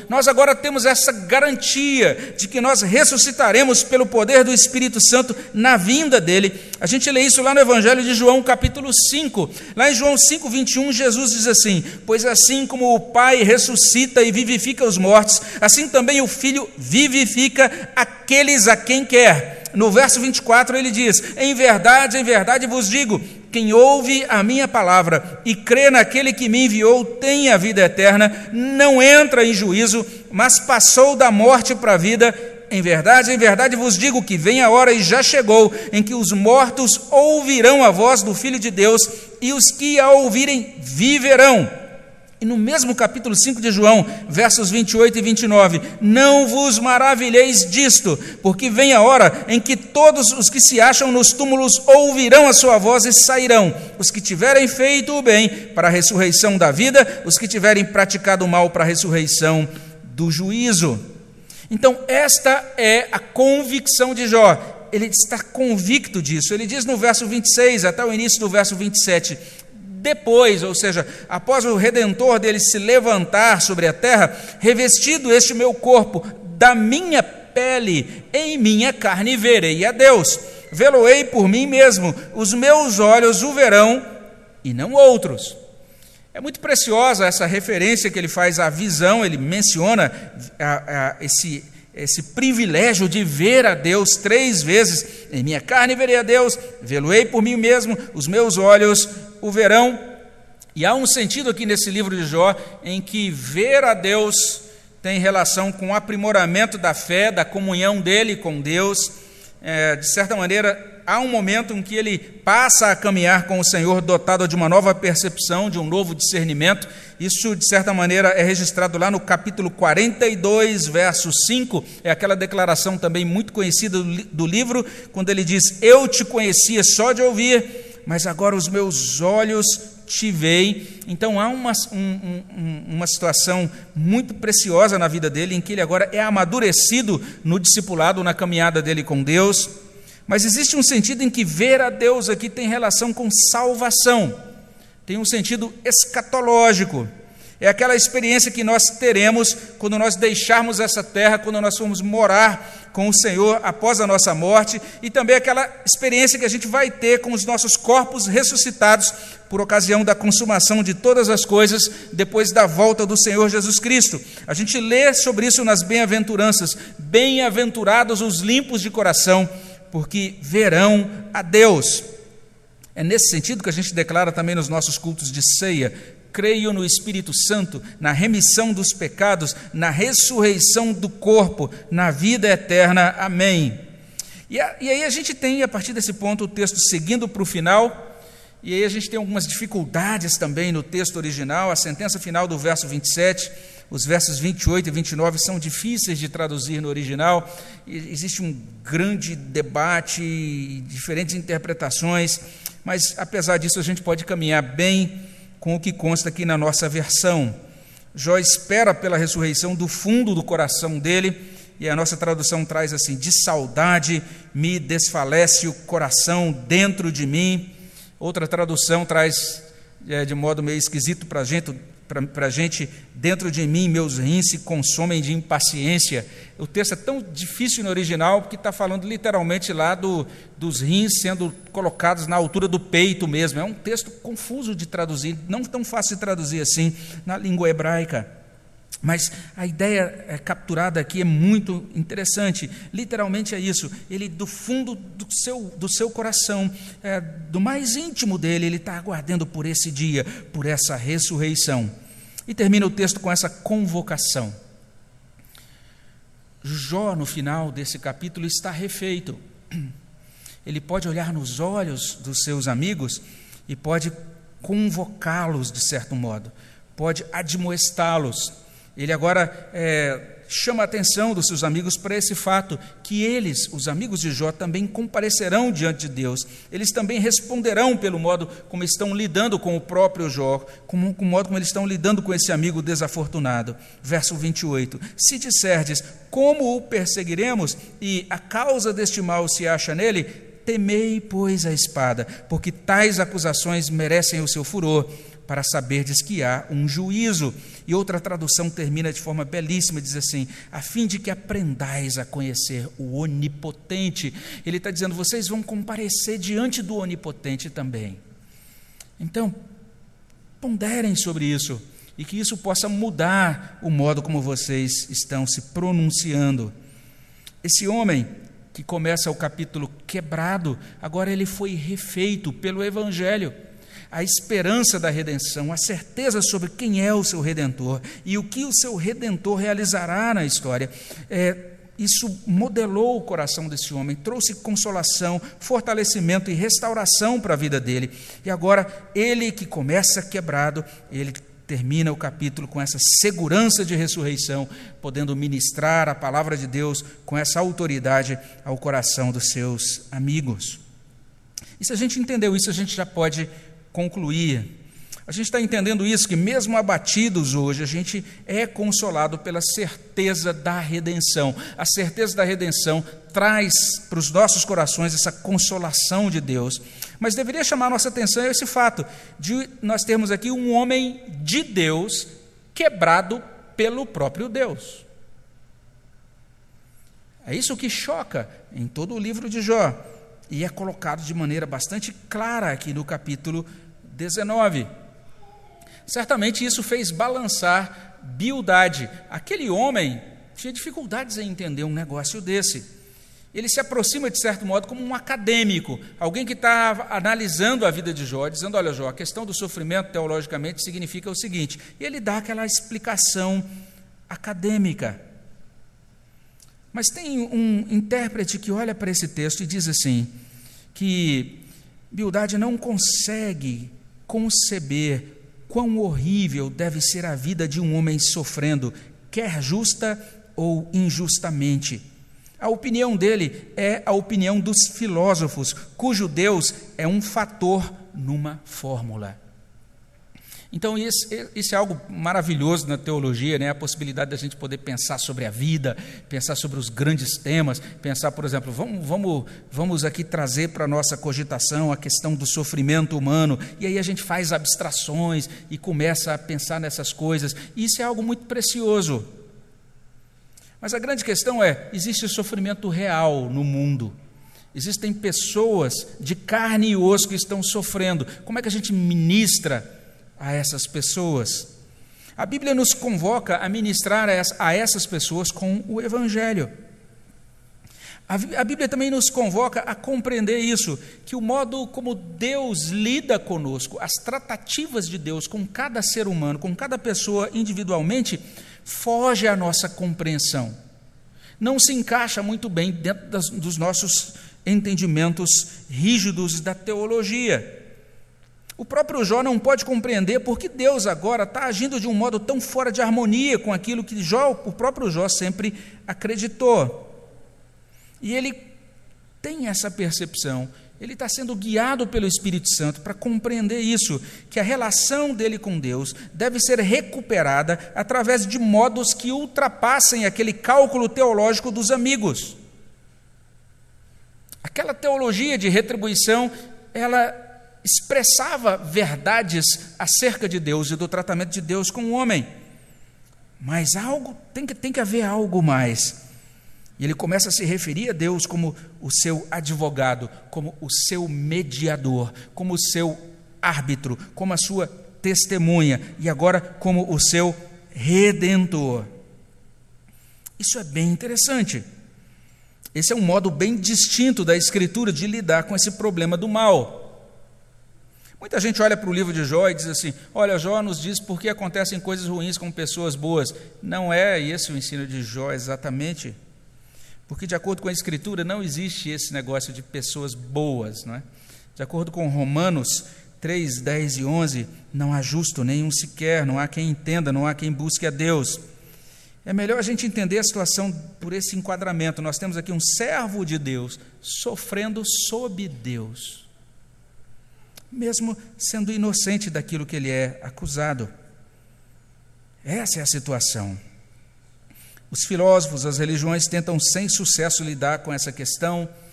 nós agora temos essa garantia de que nós ressuscitaremos pelo poder do Espírito Santo na vinda dele. A gente lê isso lá no Evangelho de João, capítulo cinco. Lá em João cinco, vinte e um, Jesus diz assim: pois assim como o Pai ressuscita e vivifica os mortos, assim também o Filho vivifica aqueles a quem quer. No verso vinte e quatro ele diz: em verdade, em verdade vos digo, quem ouve a minha palavra e crê naquele que me enviou tem a vida eterna, não entra em juízo, mas passou da morte para a vida. Em verdade, em verdade vos digo que vem a hora e já chegou, em que os mortos ouvirão a voz do Filho de Deus, e os que a ouvirem viverão. E no mesmo capítulo cinco de João, versos vinte e oito e vinte e nove, não vos maravilheis disto, porque vem a hora em que todos os que se acham nos túmulos ouvirão a sua voz e sairão, os que tiverem feito o bem para a ressurreição da vida, os que tiverem praticado o mal para a ressurreição do juízo. Então esta é a convicção de Jó. Ele está convicto disso. Ele diz no verso vinte e seis, até o início do verso vinte e sete, depois, ou seja, após o Redentor dele se levantar sobre a terra, revestido este meu corpo da minha pele, em minha carne verei a Deus, vê-lo-ei por mim mesmo, os meus olhos o verão e não outros. É muito preciosa essa referência que ele faz à visão. Ele menciona a, a, esse, esse privilégio de ver a Deus três vezes, em minha carne verei a Deus, vê-lo-ei por mim mesmo, os meus olhos o verão. E há um sentido aqui nesse livro de Jó em que ver a Deus tem relação com o aprimoramento da fé, da comunhão dele com Deus. É, de certa maneira, há um momento em que ele passa a caminhar com o Senhor dotado de uma nova percepção, de um novo discernimento. Isso, de certa maneira, é registrado lá no capítulo quarenta e dois, verso cinco, é aquela declaração também muito conhecida do livro, quando ele diz: eu te conhecia só de ouvir, mas agora os meus olhos te veem. Então há uma, um, um, uma situação muito preciosa na vida dele, em que ele agora é amadurecido no discipulado, na caminhada dele com Deus. Mas existe um sentido em que ver a Deus aqui tem relação com salvação, tem um sentido escatológico. É aquela experiência que nós teremos quando nós deixarmos essa terra, quando nós formos morar com o Senhor após a nossa morte, e também aquela experiência que a gente vai ter com os nossos corpos ressuscitados por ocasião da consumação de todas as coisas depois da volta do Senhor Jesus Cristo. A gente lê sobre isso nas bem-aventuranças: bem-aventurados os limpos de coração, porque verão a Deus. É nesse sentido que a gente declara também nos nossos cultos de ceia: creio no Espírito Santo, na remissão dos pecados, na ressurreição do corpo, na vida eterna. Amém. E, a, e aí a gente tem, a partir desse ponto, o texto seguindo para o final, e aí a gente tem algumas dificuldades também no texto original. A sentença final do verso vinte e sete, os versos vinte e oito e vinte e nove são difíceis de traduzir no original. Existe um grande debate, diferentes interpretações, mas apesar disso a gente pode caminhar bem com o que consta aqui na nossa versão. Jó espera pela ressurreição do fundo do coração dele, e a nossa tradução traz assim: de saudade me desfalece o coração dentro de mim. Outra tradução traz, é, de modo meio esquisito para a gente, para a gente, dentro de mim meus rins se consomem de impaciência. O texto é tão difícil no original, porque está falando literalmente lá do, dos rins sendo colocados na altura do peito mesmo. É um texto confuso de traduzir, não tão fácil de traduzir assim na língua hebraica. Mas a ideia é, capturada aqui é muito interessante. Literalmente é isso: ele, do fundo do seu, do seu coração, é, do mais íntimo dele, ele está aguardando por esse dia, por essa ressurreição. E termina o texto com essa convocação. Jó, no final desse capítulo, está refeito. Ele pode olhar nos olhos dos seus amigos e pode convocá-los de certo modo, pode admoestá-los. Ele agora é, chama a atenção dos seus amigos para esse fato, que eles, os amigos de Jó, também comparecerão diante de Deus. Eles também responderão pelo modo como estão lidando com o próprio Jó, com, com o modo como eles estão lidando com esse amigo desafortunado. Verso vinte e oito: se disserdes, como o perseguiremos, e a causa deste mal se acha nele, temei, pois, a espada, porque tais acusações merecem o seu furor, para saberdes que há um juízo. E outra tradução termina de forma belíssima, diz assim: a fim de que aprendais a conhecer o onipotente. Ele está dizendo, vocês vão comparecer diante do onipotente também. Então, ponderem sobre isso, e que isso possa mudar o modo como vocês estão se pronunciando. Esse homem que começa o capítulo quebrado, agora ele foi refeito pelo Evangelho. A esperança da redenção, a certeza sobre quem é o seu Redentor e o que o seu Redentor realizará na história. É, isso modelou o coração desse homem, trouxe consolação, fortalecimento e restauração para a vida dele. E agora, ele que começa quebrado, ele termina o capítulo com essa segurança de ressurreição, podendo ministrar a palavra de Deus com essa autoridade ao coração dos seus amigos. E se a gente entendeu isso, a gente já pode concluir. A gente está entendendo isso, que mesmo abatidos hoje, a gente é consolado pela certeza da redenção. A certeza da redenção traz para os nossos corações essa consolação de Deus. Mas deveria chamar a nossa atenção esse fato de nós termos aqui um homem de Deus quebrado pelo próprio Deus. É isso que choca em todo o livro de Jó. E é colocado de maneira bastante clara aqui no capítulo dezenove. Certamente isso fez balançar Bildade. Aquele homem tinha dificuldades em entender um negócio desse. Ele se aproxima, de certo modo, como um acadêmico, alguém que está analisando a vida de Jó, dizendo, olha, Jó, a questão do sofrimento, teologicamente, significa o seguinte, e ele dá aquela explicação acadêmica. Mas tem um intérprete que olha para esse texto e diz assim, que Bildade não consegue conceber quão horrível deve ser a vida de um homem sofrendo, quer justa ou injustamente. A opinião dele é a opinião dos filósofos, cujo Deus é um fator numa fórmula. Então, isso, isso é algo maravilhoso na teologia, né? A possibilidade da gente poder pensar sobre a vida, pensar sobre os grandes temas, pensar, por exemplo, vamos, vamos, vamos aqui trazer para a nossa cogitação a questão do sofrimento humano, e aí a gente faz abstrações e começa a pensar nessas coisas, e isso é algo muito precioso. Mas a grande questão é, existe sofrimento real no mundo. Existem pessoas de carne e osso que estão sofrendo. Como é que a gente ministra a essas pessoas? A Bíblia nos convoca a ministrar a essas pessoas com o Evangelho. A Bíblia também nos convoca a compreender isso, que o modo como Deus lida conosco, as tratativas de Deus com cada ser humano, com cada pessoa individualmente, foge à nossa compreensão. Não se encaixa muito bem dentro das, dos nossos entendimentos rígidos da teologia. O próprio Jó não pode compreender por que Deus agora está agindo de um modo tão fora de harmonia com aquilo que Jó, o próprio Jó sempre acreditou. E ele tem essa percepção, ele está sendo guiado pelo Espírito Santo para compreender isso, que a relação dele com Deus deve ser recuperada através de modos que ultrapassem aquele cálculo teológico dos amigos. Aquela teologia de retribuição, ela expressava verdades acerca de Deus e do tratamento de Deus com o homem. Mas algo, tem que, tem que haver algo mais. E ele começa a se referir a Deus como o seu advogado, como o seu mediador, como o seu árbitro, como a sua testemunha, e agora como o seu redentor. Isso é bem interessante. Esse é um modo bem distinto da Escritura de lidar com esse problema do mal. Muita gente olha para o livro de Jó e diz assim, olha, Jó nos diz por que acontecem coisas ruins com pessoas boas. Não é esse o ensino de Jó exatamente, porque de acordo com a Escritura não existe esse negócio de pessoas boas, não é? De acordo com Romanos três, dez e onze, não há justo nenhum sequer, não há quem entenda, não há quem busque a Deus. É melhor a gente entender a situação por esse enquadramento. Nós temos aqui um servo de Deus sofrendo sob Deus, mesmo sendo inocente daquilo que ele é acusado. Essa é a situação. Os filósofos, as religiões tentam sem sucesso lidar com essa questão.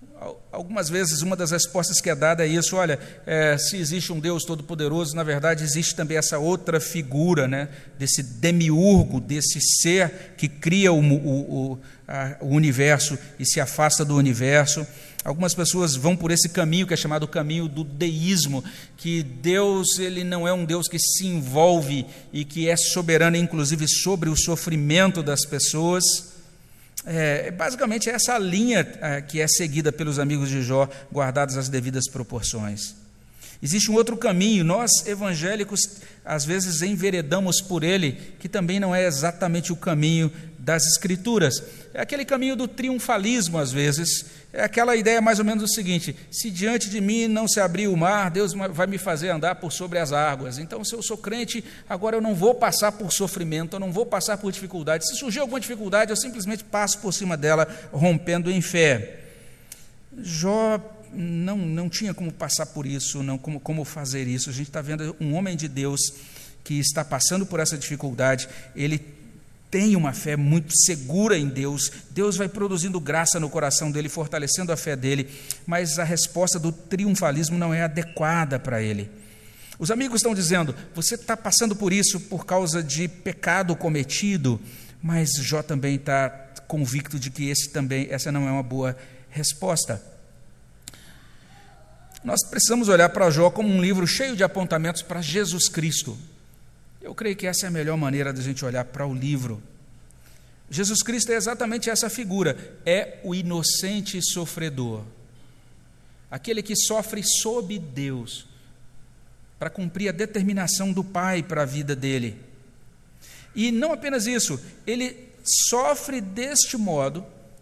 Algumas vezes uma das respostas que é dada é isso: olha, é, se existe um Deus todo-poderoso, na verdade existe também essa outra figura, né, desse demiurgo, desse ser que cria o, o, o, a, o universo e se afasta do universo. Algumas pessoas vão por esse caminho que é chamado o caminho do deísmo, que Deus ele não é um Deus que se envolve e que é soberano, inclusive, sobre o sofrimento das pessoas. É, basicamente, essa é a linha é, que é seguida pelos amigos de Jó, guardadas as devidas proporções. Existe um outro caminho, nós evangélicos às vezes enveredamos por ele, que também não é exatamente o caminho das Escrituras. É aquele caminho do triunfalismo, às vezes. É aquela ideia mais ou menos o seguinte: se diante de mim não se abrir o mar, Deus vai me fazer andar por sobre as águas. Então, se eu sou crente, agora eu não vou passar por sofrimento, eu não vou passar por dificuldade. Se surgir alguma dificuldade, eu simplesmente passo por cima dela, rompendo em fé. Jó não, não tinha como passar por isso, não como, como fazer isso. A gente está vendo um homem de Deus que está passando por essa dificuldade. Ele tem uma fé muito segura em Deus, Deus vai produzindo graça no coração dele, fortalecendo a fé dele, mas a resposta do triunfalismo não é adequada para ele. Os amigos estão dizendo: você está passando por isso por causa de pecado cometido, mas Jó também está convicto de que esse também, essa não é uma boa resposta. Nós precisamos olhar para Jó como um livro cheio de apontamentos para Jesus Cristo. Eu creio que essa é a melhor maneira de a gente olhar para o livro. Jesus Cristo é exatamente essa figura, é o inocente sofredor, aquele que sofre sob Deus, para cumprir a determinação do Pai para a vida dele. E não apenas isso, ele sofre deste modo,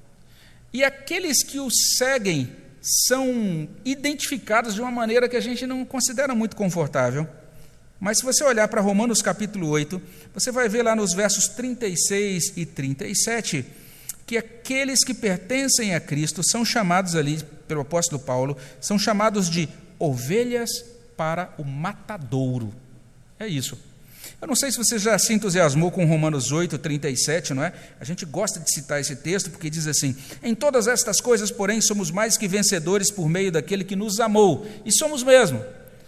e aqueles que o seguem são identificados de uma maneira que a gente não considera muito confortável. Mas se você olhar para Romanos capítulo oito, você vai ver lá nos versos trinta e seis e trinta e sete, que aqueles que pertencem a Cristo são chamados ali, pelo apóstolo Paulo, são chamados de ovelhas para o matadouro. É isso. Eu não sei se você já se entusiasmou com Romanos oito, trinta e sete, não é? A gente gosta de citar esse texto porque diz assim: em todas estas coisas, porém, somos mais que vencedores por meio daquele que nos amou. E somos mesmo.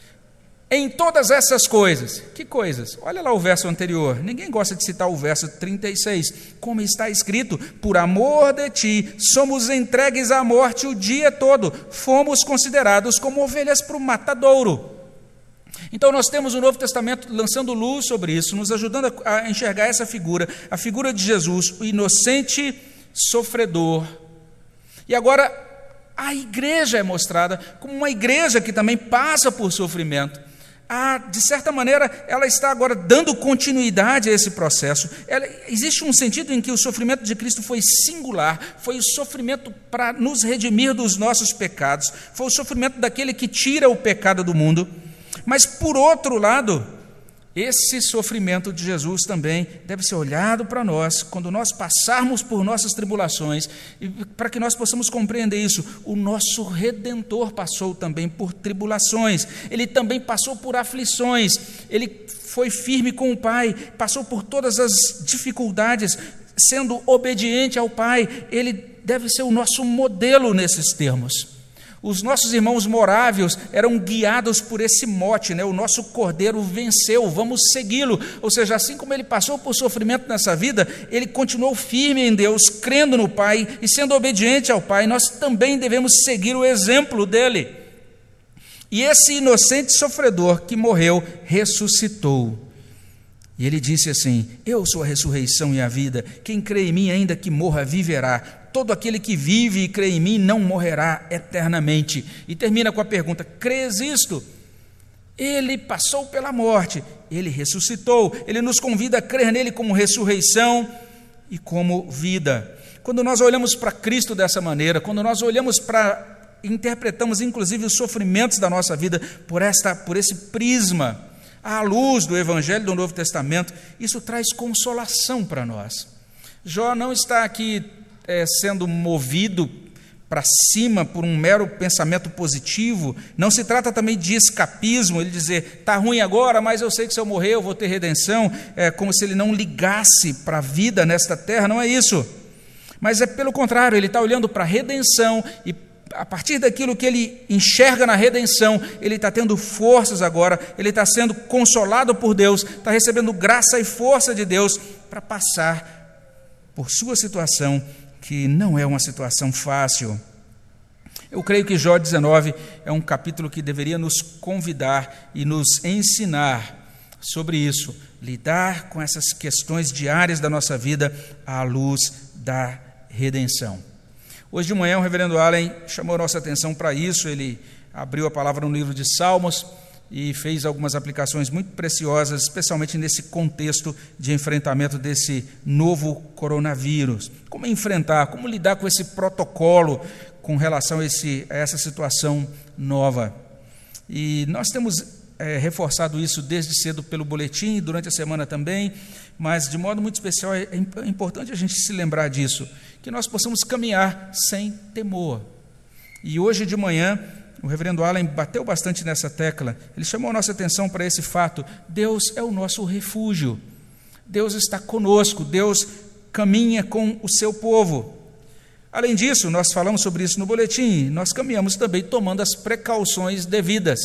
Em todas essas coisas. Que coisas? Olha lá o verso anterior. Ninguém gosta de citar o verso trinta e seis. Como está escrito: por amor de ti, somos entregues à morte o dia todo. Fomos considerados como ovelhas para o matadouro. Então nós temos o Novo Testamento lançando luz sobre isso, nos ajudando a enxergar essa figura, a figura de Jesus, o inocente sofredor. E agora a igreja é mostrada como uma igreja que também passa por sofrimento. Ah, de certa maneira, ela está agora dando continuidade a esse processo. Ela, existe um sentido em que o sofrimento de Cristo foi singular, foi o sofrimento para nos redimir dos nossos pecados, foi o sofrimento daquele que tira o pecado do mundo. Mas, por outro lado, esse sofrimento de Jesus também deve ser olhado para nós, quando nós passarmos por nossas tribulações, e para que nós possamos compreender isso. O nosso Redentor passou também por tribulações, ele também passou por aflições, ele foi firme com o Pai, passou por todas as dificuldades, sendo obediente ao Pai. Ele deve ser o nosso modelo nesses termos. Os nossos irmãos morávios eram guiados por esse mote, né? O nosso Cordeiro venceu, vamos segui-lo. Ou seja, assim como ele passou por sofrimento nessa vida, ele continuou firme em Deus, crendo no Pai e sendo obediente ao Pai. Nós também devemos seguir o exemplo dele. E esse inocente sofredor que morreu, ressuscitou. E ele disse assim: eu sou a ressurreição e a vida, quem crê em mim, ainda que morra, viverá. Todo aquele que vive e crê em mim não morrerá eternamente. E termina com a pergunta: crês isto? Ele passou pela morte, ele ressuscitou, ele nos convida a crer nele como ressurreição e como vida. Quando nós olhamos para Cristo dessa maneira, quando nós olhamos para, interpretamos inclusive os sofrimentos da nossa vida por, esta, por esse prisma, à luz do Evangelho do Novo Testamento, isso traz consolação para nós. Jó não está aqui É, sendo movido para cima por um mero pensamento positivo. Não se trata também de escapismo, ele dizer: está ruim agora, mas eu sei que se eu morrer eu vou ter redenção, é como se ele não ligasse para a vida nesta terra. Não é isso, mas é pelo contrário, ele está olhando para a redenção e a partir daquilo que ele enxerga na redenção, ele está tendo forças agora, ele está sendo consolado por Deus, está recebendo graça e força de Deus para passar por sua situação, que não é uma situação fácil. Eu creio que Jó dezenove é um capítulo que deveria nos convidar e nos ensinar sobre isso, lidar com essas questões diárias da nossa vida à luz da redenção. Hoje de manhã o reverendo Allen chamou nossa atenção para isso, ele abriu a palavra no livro de Salmos e fez algumas aplicações muito preciosas, especialmente nesse contexto de enfrentamento desse novo coronavírus. Como enfrentar, como lidar com esse protocolo com relação a, esse, a essa situação nova. E nós temos é, reforçado isso desde cedo pelo boletim, durante a semana também, mas de modo muito especial é importante a gente se lembrar disso, que nós possamos caminhar sem temor. E hoje de manhã, o reverendo Allen bateu bastante nessa tecla, ele chamou a nossa atenção para esse fato: Deus é o nosso refúgio, Deus está conosco, Deus caminha com o seu povo. Além disso, nós falamos sobre isso no boletim, nós caminhamos também tomando as precauções devidas.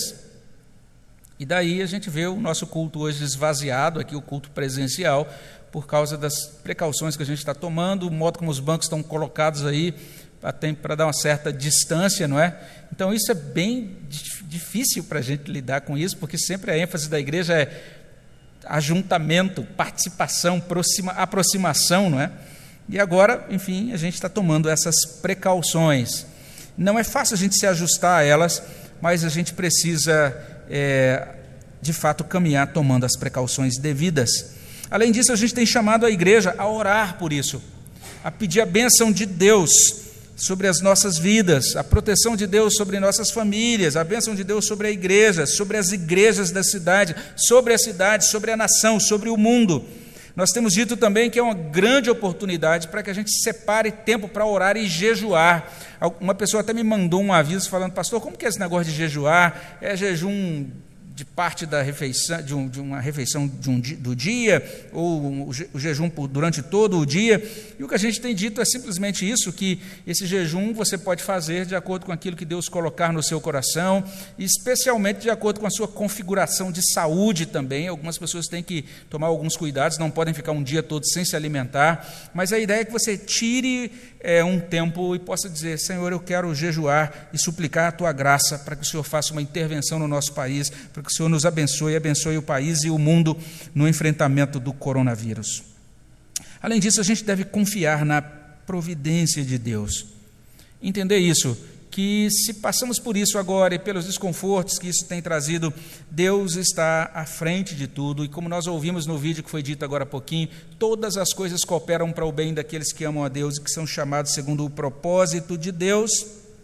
E daí a gente vê o nosso culto hoje esvaziado, aqui o culto presencial, por causa das precauções que a gente está tomando, o modo como os bancos estão colocados aí, para dar uma certa distância, não é? Então isso é bem difícil para a gente lidar com isso, porque sempre a ênfase da igreja é ajuntamento, participação, aproxima, aproximação, não é? E agora, enfim, a gente está tomando essas precauções. Não é fácil a gente se ajustar a elas, mas a gente precisa, é, de fato, caminhar tomando as precauções devidas. Além disso, a gente tem chamado a igreja a orar por isso, a pedir a bênção de Deus sobre as nossas vidas, a proteção de Deus sobre nossas famílias, a bênção de Deus sobre a igreja, sobre as igrejas da cidade, sobre a cidade, sobre a nação, sobre o mundo. Nós temos dito também que é uma grande oportunidade para que a gente separe tempo para orar e jejuar. Uma pessoa até me mandou um aviso falando: pastor, como que é esse negócio de jejuar? É jejum de parte da refeição, de, um, de uma refeição de um, do dia, ou o, je, o jejum por, durante todo o dia? E o que a gente tem dito é simplesmente isso, que esse jejum você pode fazer de acordo com aquilo que Deus colocar no seu coração, e especialmente de acordo com a sua configuração de saúde também. Algumas pessoas têm que tomar alguns cuidados, não podem ficar um dia todo sem se alimentar, mas a ideia é que você tire é, um tempo e possa dizer: Senhor, eu quero jejuar e suplicar a Tua graça para que o Senhor faça uma intervenção no nosso país, para que o Senhor nos abençoe, abençoe o país e o mundo no enfrentamento do coronavírus. Além disso, a gente deve confiar na providência de Deus. Entender isso, que se passamos por isso agora e pelos desconfortos que isso tem trazido, Deus está à frente de tudo, e como nós ouvimos no vídeo que foi dito agora há pouquinho, todas as coisas cooperam para o bem daqueles que amam a Deus e que são chamados segundo o propósito de Deus.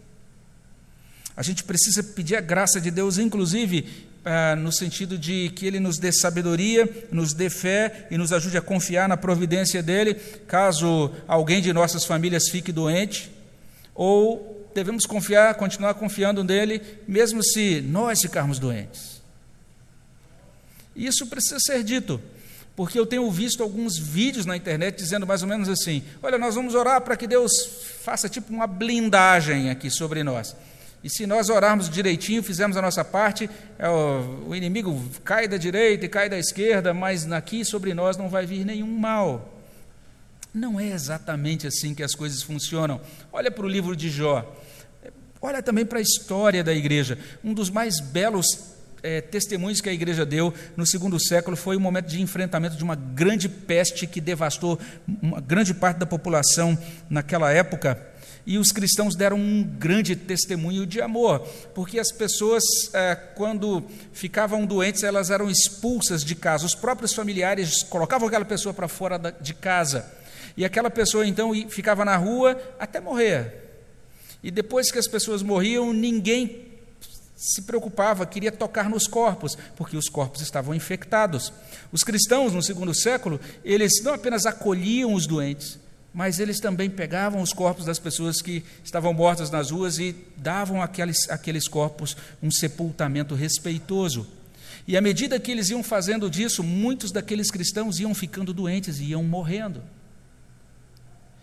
A gente precisa pedir a graça de Deus, inclusive, ah, no sentido de que Ele nos dê sabedoria, nos dê fé e nos ajude a confiar na providência dEle, caso alguém de nossas famílias fique doente, ou devemos confiar, continuar confiando nele, mesmo se nós ficarmos doentes. Isso precisa ser dito, porque eu tenho visto alguns vídeos na internet dizendo mais ou menos assim: olha, nós vamos orar para que Deus faça tipo uma blindagem aqui sobre nós. E se nós orarmos direitinho, fizermos a nossa parte, o inimigo cai da direita e cai da esquerda, mas aqui sobre nós não vai vir nenhum mal. Não é exatamente assim que as coisas funcionam. Olha para o livro de Jó, olha também para a história da igreja. Um dos mais belos é, testemunhos que a igreja deu no segundo século foi o momento de enfrentamento de uma grande peste que devastou uma grande parte da população naquela época. E os cristãos deram um grande testemunho de amor, porque as pessoas, quando ficavam doentes, elas eram expulsas de casa. Os próprios familiares colocavam aquela pessoa para fora de casa, e aquela pessoa então ficava na rua até morrer. E depois que as pessoas morriam, ninguém se preocupava, queria tocar nos corpos, porque os corpos estavam infectados. Os cristãos, no segundo século, eles não apenas acolhiam os doentes, mas eles também pegavam os corpos das pessoas que estavam mortas nas ruas e davam àqueles, àqueles corpos um sepultamento respeitoso. E à medida que eles iam fazendo disso, muitos daqueles cristãos iam ficando doentes e iam morrendo.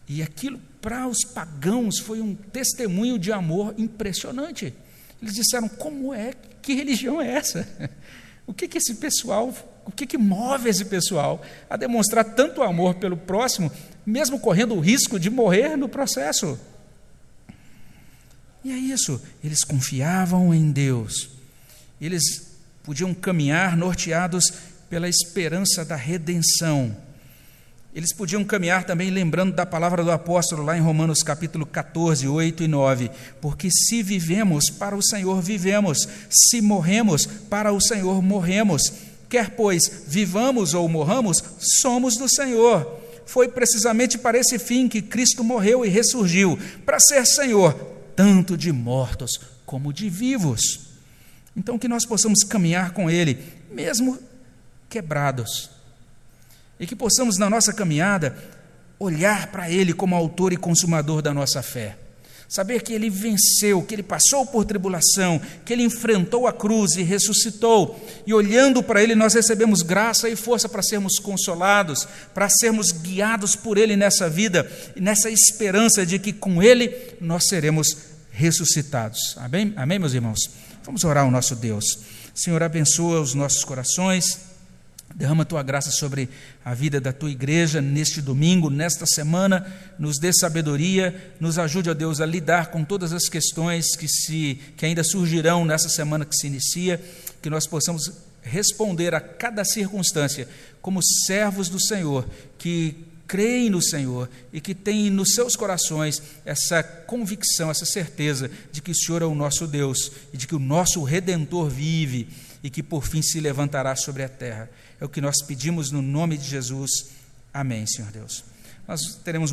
E aquilo, para os pagãos, foi um testemunho de amor impressionante. Eles disseram: como é, que religião é essa? O que que esse pessoal, o que que move esse pessoal a demonstrar tanto amor pelo próximo, mesmo correndo o risco de morrer no processo? E é isso, eles confiavam em Deus, eles podiam caminhar norteados pela esperança da redenção. Eles podiam caminhar também lembrando da palavra do apóstolo lá em Romanos capítulo catorze, oito e nove, porque se vivemos, para o Senhor vivemos, se morremos, para o Senhor morremos, quer pois vivamos ou morramos, somos do Senhor. Foi precisamente para esse fim que Cristo morreu e ressurgiu, para ser Senhor, tanto de mortos como de vivos. Então que nós possamos caminhar com Ele, mesmo quebrados, e que possamos, na nossa caminhada, olhar para Ele como autor e consumador da nossa fé. Saber que Ele venceu, que Ele passou por tribulação, que Ele enfrentou a cruz e ressuscitou. E olhando para Ele, nós recebemos graça e força para sermos consolados, para sermos guiados por Ele nessa vida, e nessa esperança de que com Ele nós seremos ressuscitados. Amém? Amém, meus irmãos? Vamos orar ao nosso Deus. Senhor, abençoa os nossos corações. Derrama a Tua graça sobre a vida da Tua igreja neste domingo, nesta semana, nos dê sabedoria, nos ajude, ó Deus, a lidar com todas as questões que, se, que ainda surgirão nessa semana que se inicia, que nós possamos responder a cada circunstância como servos do Senhor, que creem no Senhor e que têm nos seus corações essa convicção, essa certeza de que o Senhor é o nosso Deus e de que o nosso Redentor vive e que por fim se levantará sobre a terra. É o que nós pedimos no nome de Jesus. Amém, Senhor Deus. Nós teremos